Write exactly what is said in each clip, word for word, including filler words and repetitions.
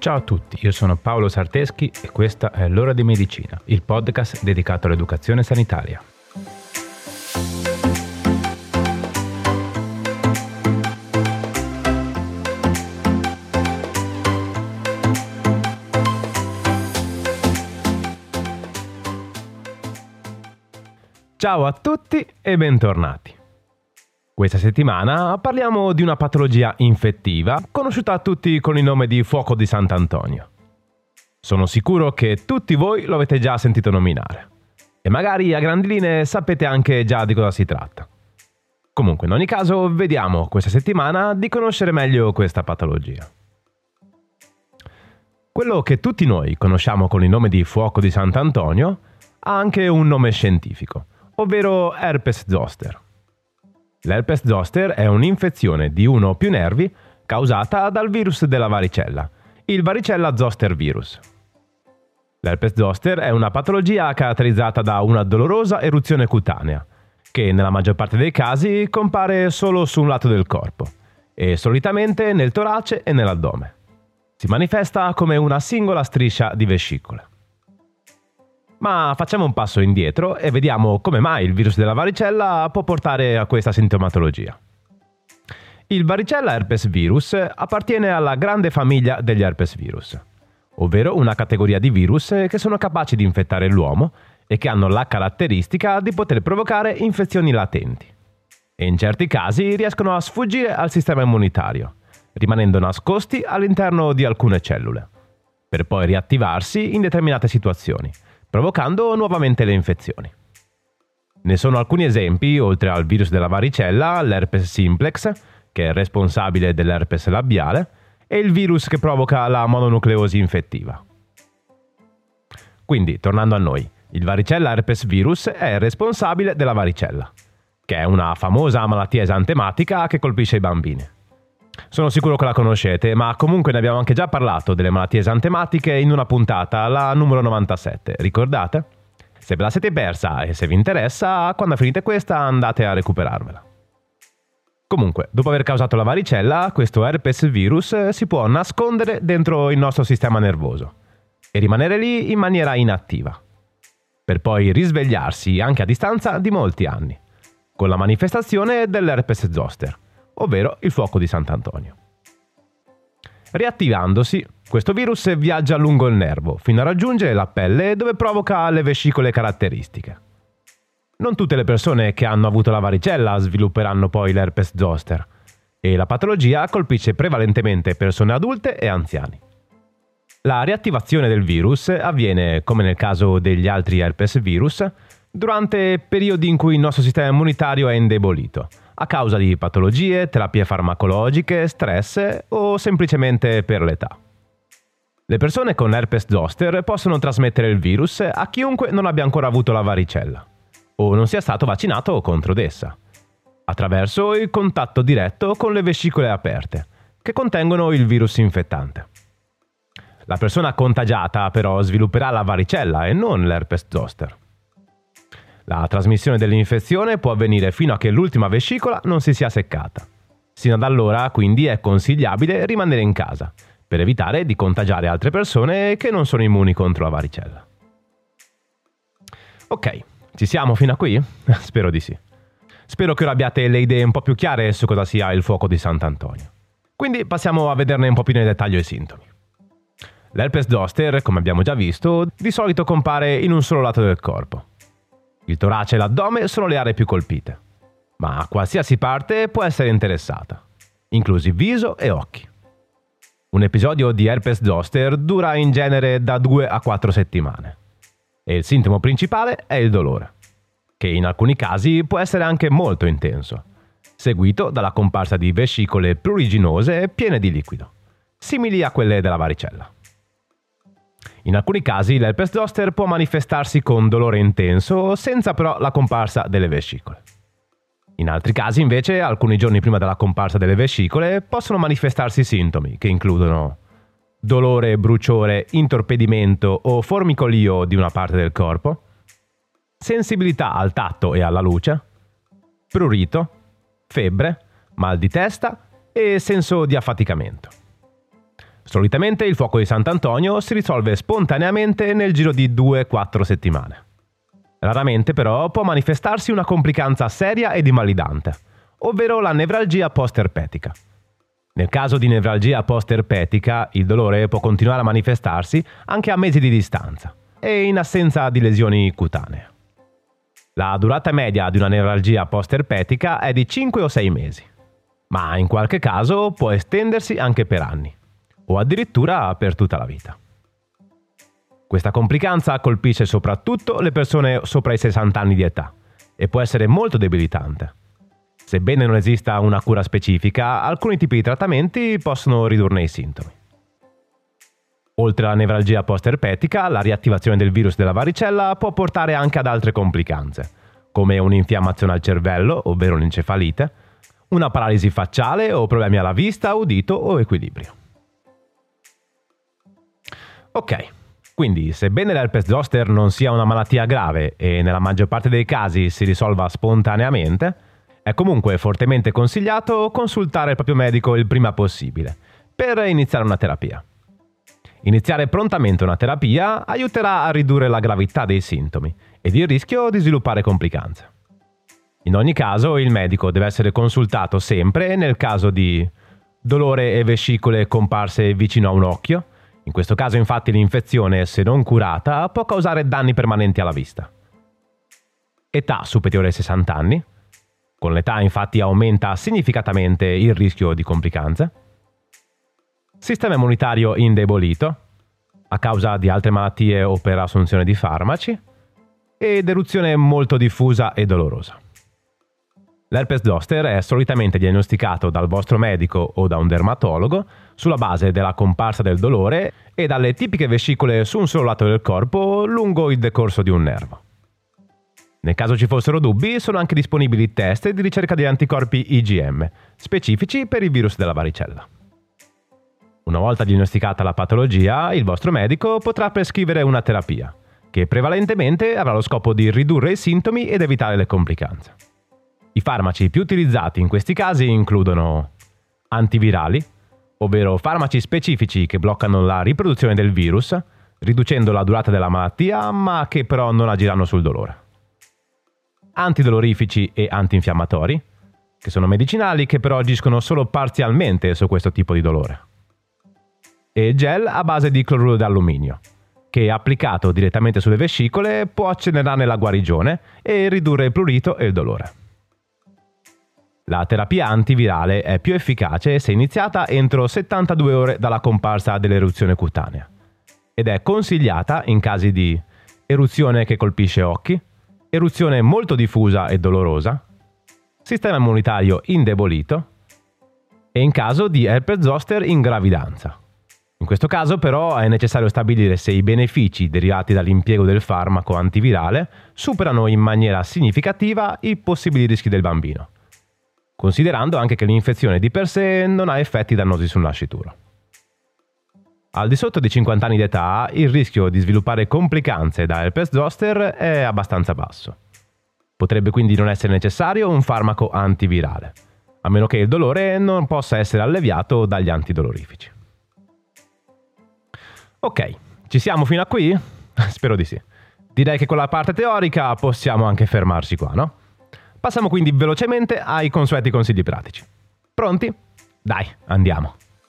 Ciao a tutti, io sono Paolo Sarteschi e questa è L'Ora di Medicina, il podcast dedicato all'educazione sanitaria. Ciao a tutti e bentornati. Questa settimana parliamo di una patologia infettiva conosciuta a tutti con il nome di fuoco di Sant'Antonio. Sono sicuro che tutti voi lo avete già sentito nominare e magari a grandi linee sapete anche già di cosa si tratta. Comunque, in ogni caso, vediamo questa settimana di conoscere meglio questa patologia. Quello che tutti noi conosciamo con il nome di fuoco di Sant'Antonio ha anche un nome scientifico, ovvero herpes zoster. L'herpes zoster è un'infezione di uno o più nervi causata dal virus della varicella, il varicella zoster virus. L'herpes zoster è una patologia caratterizzata da una dolorosa eruzione cutanea, che nella maggior parte dei casi compare solo su un lato del corpo, e solitamente nel torace e nell'addome. Si manifesta come una singola striscia di vescicole. Ma facciamo un passo indietro e vediamo come mai il virus della varicella può portare a questa sintomatologia. Il varicella herpes virus appartiene alla grande famiglia degli herpes virus, ovvero una categoria di virus che sono capaci di infettare l'uomo e che hanno la caratteristica di poter provocare infezioni latenti. E in certi casi riescono a sfuggire al sistema immunitario, rimanendo nascosti all'interno di alcune cellule, per poi riattivarsi in determinate situazioni, provocando nuovamente le infezioni. Ne sono alcuni esempi, oltre al virus della varicella, l'herpes simplex, che è responsabile dell'herpes labiale, e il virus che provoca la mononucleosi infettiva. Quindi, tornando a noi, il varicella herpes virus è responsabile della varicella, che è una famosa malattia esantematica che colpisce i bambini. Sono sicuro che la conoscete, ma comunque ne abbiamo anche già parlato delle malattie esantematiche in una puntata, la numero novantasette, ricordate? Se ve la siete persa e se vi interessa, quando finite questa andate a recuperarvela. Comunque, dopo aver causato la varicella, questo herpes virus si può nascondere dentro il nostro sistema nervoso e rimanere lì in maniera inattiva, per poi risvegliarsi anche a distanza di molti anni, con la manifestazione dell'herpes zoster, ovvero il fuoco di Sant'Antonio. Riattivandosi, questo virus viaggia lungo il nervo fino a raggiungere la pelle dove provoca le vescicole caratteristiche. Non tutte le persone che hanno avuto la varicella svilupperanno poi l'herpes zoster e la patologia colpisce prevalentemente persone adulte e anziani. La riattivazione del virus avviene, come nel caso degli altri herpes virus, durante periodi in cui il nostro sistema immunitario è indebolito, a causa di patologie, terapie farmacologiche, stress o semplicemente per l'età. Le persone con herpes zoster possono trasmettere il virus a chiunque non abbia ancora avuto la varicella o non sia stato vaccinato contro d'essa, attraverso il contatto diretto con le vescicole aperte, che contengono il virus infettante. La persona contagiata però svilupperà la varicella e non l'herpes zoster. La trasmissione dell'infezione può avvenire fino a che l'ultima vescicola non si sia seccata. Sino ad allora, quindi, è consigliabile rimanere in casa, per evitare di contagiare altre persone che non sono immuni contro la varicella. Ok, ci siamo fino a qui? Spero di sì. Spero che ora abbiate le idee un po' più chiare su cosa sia il fuoco di Sant'Antonio. Quindi passiamo a vederne un po' più nel dettaglio i sintomi. L'herpes zoster, come abbiamo già visto, di solito compare in un solo lato del corpo. Il torace e l'addome sono le aree più colpite, ma qualsiasi parte può essere interessata, inclusi viso e occhi. Un episodio di herpes zoster dura in genere da due a quattro settimane e il sintomo principale è il dolore, che in alcuni casi può essere anche molto intenso, seguito dalla comparsa di vescicole pruriginose piene di liquido, simili a quelle della varicella. In alcuni casi l'herpes zoster può manifestarsi con dolore intenso senza però la comparsa delle vescicole. In altri casi invece, alcuni giorni prima della comparsa delle vescicole, possono manifestarsi sintomi che includono dolore, bruciore, intorpidimento o formicolio di una parte del corpo, sensibilità al tatto e alla luce, prurito, febbre, mal di testa e senso di affaticamento. Solitamente il fuoco di Sant'Antonio si risolve spontaneamente nel giro di due quattro settimane. Raramente però può manifestarsi una complicanza seria ed invalidante, ovvero la nevralgia post-erpetica. Nel caso di nevralgia post-erpetica, il dolore può continuare a manifestarsi anche a mesi di distanza e in assenza di lesioni cutanee. La durata media di una nevralgia post-erpetica è di cinque o sei mesi, ma in qualche caso può estendersi anche per anni, o addirittura per tutta la vita. Questa complicanza colpisce soprattutto le persone sopra i sessanta anni di età e può essere molto debilitante. Sebbene non esista una cura specifica, alcuni tipi di trattamenti possono ridurne i sintomi. Oltre alla nevralgia post-erpetica, la riattivazione del virus della varicella può portare anche ad altre complicanze, come un'infiammazione al cervello, ovvero un'encefalite, una paralisi facciale o problemi alla vista, udito o equilibrio. Ok, quindi sebbene l'herpes zoster non sia una malattia grave e nella maggior parte dei casi si risolva spontaneamente, è comunque fortemente consigliato consultare il proprio medico il prima possibile per iniziare una terapia. Iniziare prontamente una terapia aiuterà a ridurre la gravità dei sintomi ed il rischio di sviluppare complicanze. In ogni caso, il medico deve essere consultato sempre nel caso di dolore e vescicole comparse vicino a un occhio. In questo caso, infatti, l'infezione, se non curata, può causare danni permanenti alla vista. Età superiore ai sessanta anni. Con l'età, infatti, aumenta significativamente il rischio di complicanze. Sistema immunitario indebolito, a causa di altre malattie o per assunzione di farmaci. Ed eruzione molto diffusa e dolorosa. L'herpes zoster è solitamente diagnosticato dal vostro medico o da un dermatologo sulla base della comparsa del dolore e dalle tipiche vescicole su un solo lato del corpo lungo il decorso di un nervo. Nel caso ci fossero dubbi, sono anche disponibili test di ricerca di anticorpi I G M, specifici per il virus della varicella. Una volta diagnosticata la patologia, il vostro medico potrà prescrivere una terapia, che prevalentemente avrà lo scopo di ridurre i sintomi ed evitare le complicanze. I farmaci più utilizzati in questi casi includono antivirali, ovvero farmaci specifici che bloccano la riproduzione del virus, riducendo la durata della malattia, ma che però non agiranno sul dolore. Antidolorifici e antinfiammatori, che sono medicinali che però agiscono solo parzialmente su questo tipo di dolore. E gel a base di cloruro d'alluminio, che applicato direttamente sulle vescicole può accelerarne la guarigione e ridurre il prurito e il dolore. La terapia antivirale è più efficace se iniziata entro settantadue ore dalla comparsa dell'eruzione cutanea ed è consigliata in casi di eruzione che colpisce occhi, eruzione molto diffusa e dolorosa, sistema immunitario indebolito e in caso di herpes zoster in gravidanza. In questo caso però è necessario stabilire se i benefici derivati dall'impiego del farmaco antivirale superano in maniera significativa i possibili rischi del bambino, considerando anche che l'infezione di per sé non ha effetti dannosi sul nascituro. Al di sotto di cinquanta anni d'età, il rischio di sviluppare complicanze da herpes zoster è abbastanza basso. Potrebbe quindi non essere necessario un farmaco antivirale, a meno che il dolore non possa essere alleviato dagli antidolorifici. Ok, ci siamo fino a qui? Spero di sì. Direi che con la parte teorica possiamo anche fermarci qua, no? Passiamo quindi velocemente ai consueti consigli pratici. Pronti? Dai, andiamo!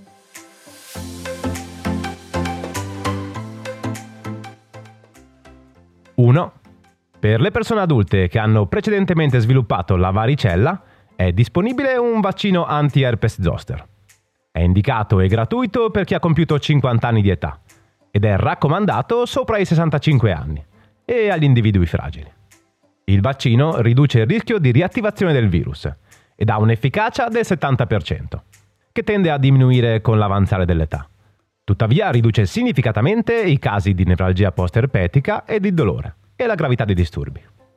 uno. Per le persone adulte che hanno precedentemente sviluppato la varicella, è disponibile un vaccino anti-herpes zoster. È indicato e gratuito per chi ha compiuto cinquanta anni di età ed è raccomandato sopra i sessantacinque anni e agli individui fragili. Il vaccino riduce il rischio di riattivazione del virus ed ha un'efficacia del settanta per cento, che tende a diminuire con l'avanzare dell'età. Tuttavia riduce significativamente i casi di nevralgia post-erpetica e di dolore e la gravità dei disturbi.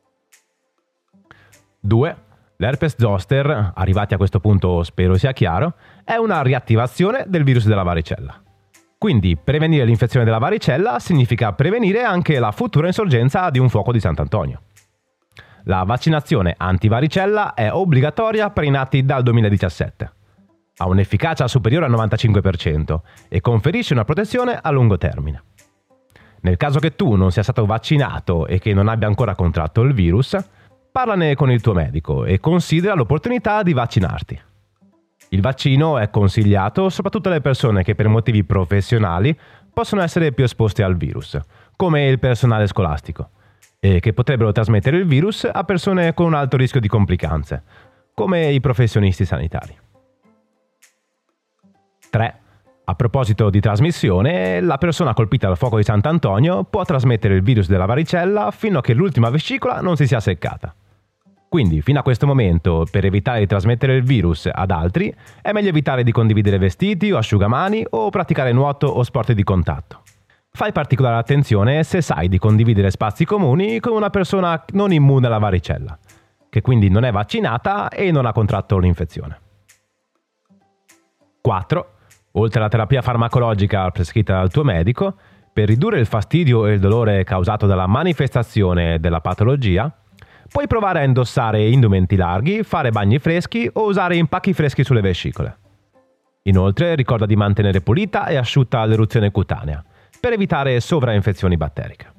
due. L'herpes zoster, arrivati a questo punto spero sia chiaro, è una riattivazione del virus della varicella. Quindi prevenire l'infezione della varicella significa prevenire anche la futura insorgenza di un fuoco di Sant'Antonio. La vaccinazione antivaricella è obbligatoria per i nati dal duemiladiciassette. Ha un'efficacia superiore al novantacinque per cento e conferisce una protezione a lungo termine. Nel caso che tu non sia stato vaccinato e che non abbia ancora contratto il virus, parlane con il tuo medico e considera l'opportunità di vaccinarti. Il vaccino è consigliato soprattutto alle persone che per motivi professionali possono essere più esposte al virus, come il personale scolastico, e che potrebbero trasmettere il virus a persone con un alto rischio di complicanze, come i professionisti sanitari. tre. A proposito di trasmissione, la persona colpita dal fuoco di Sant'Antonio può trasmettere il virus della varicella fino a che l'ultima vescicola non si sia seccata. Quindi, fino a questo momento, per evitare di trasmettere il virus ad altri, è meglio evitare di condividere vestiti o asciugamani o praticare nuoto o sport di contatto. Fai particolare attenzione se sai di condividere spazi comuni con una persona non immune alla varicella, che quindi non è vaccinata e non ha contratto l'infezione. quattro. Oltre alla terapia farmacologica prescritta dal tuo medico, per ridurre il fastidio e il dolore causato dalla manifestazione della patologia, puoi provare a indossare indumenti larghi, fare bagni freschi o usare impacchi freschi sulle vescicole. Inoltre ricorda di mantenere pulita e asciutta l'eruzione cutanea, per evitare sovrainfezioni batteriche.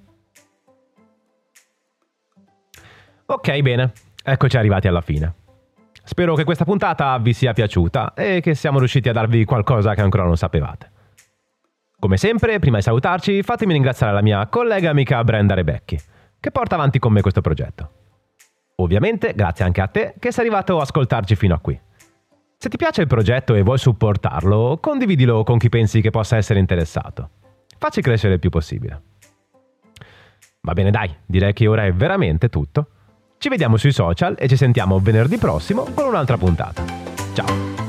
Ok, bene, eccoci arrivati alla fine. Spero che questa puntata vi sia piaciuta e che siamo riusciti a darvi qualcosa che ancora non sapevate. Come sempre, prima di salutarci, fatemi ringraziare la mia collega e amica Brenda Rebecchi, che porta avanti con me questo progetto. Ovviamente, grazie anche a te che sei arrivato a ascoltarci fino a qui. Se ti piace il progetto e vuoi supportarlo, condividilo con chi pensi che possa essere interessato. Facci crescere il più possibile. Va bene dai, direi che ora è veramente tutto. Ci vediamo sui social e ci sentiamo venerdì prossimo con un'altra puntata. Ciao!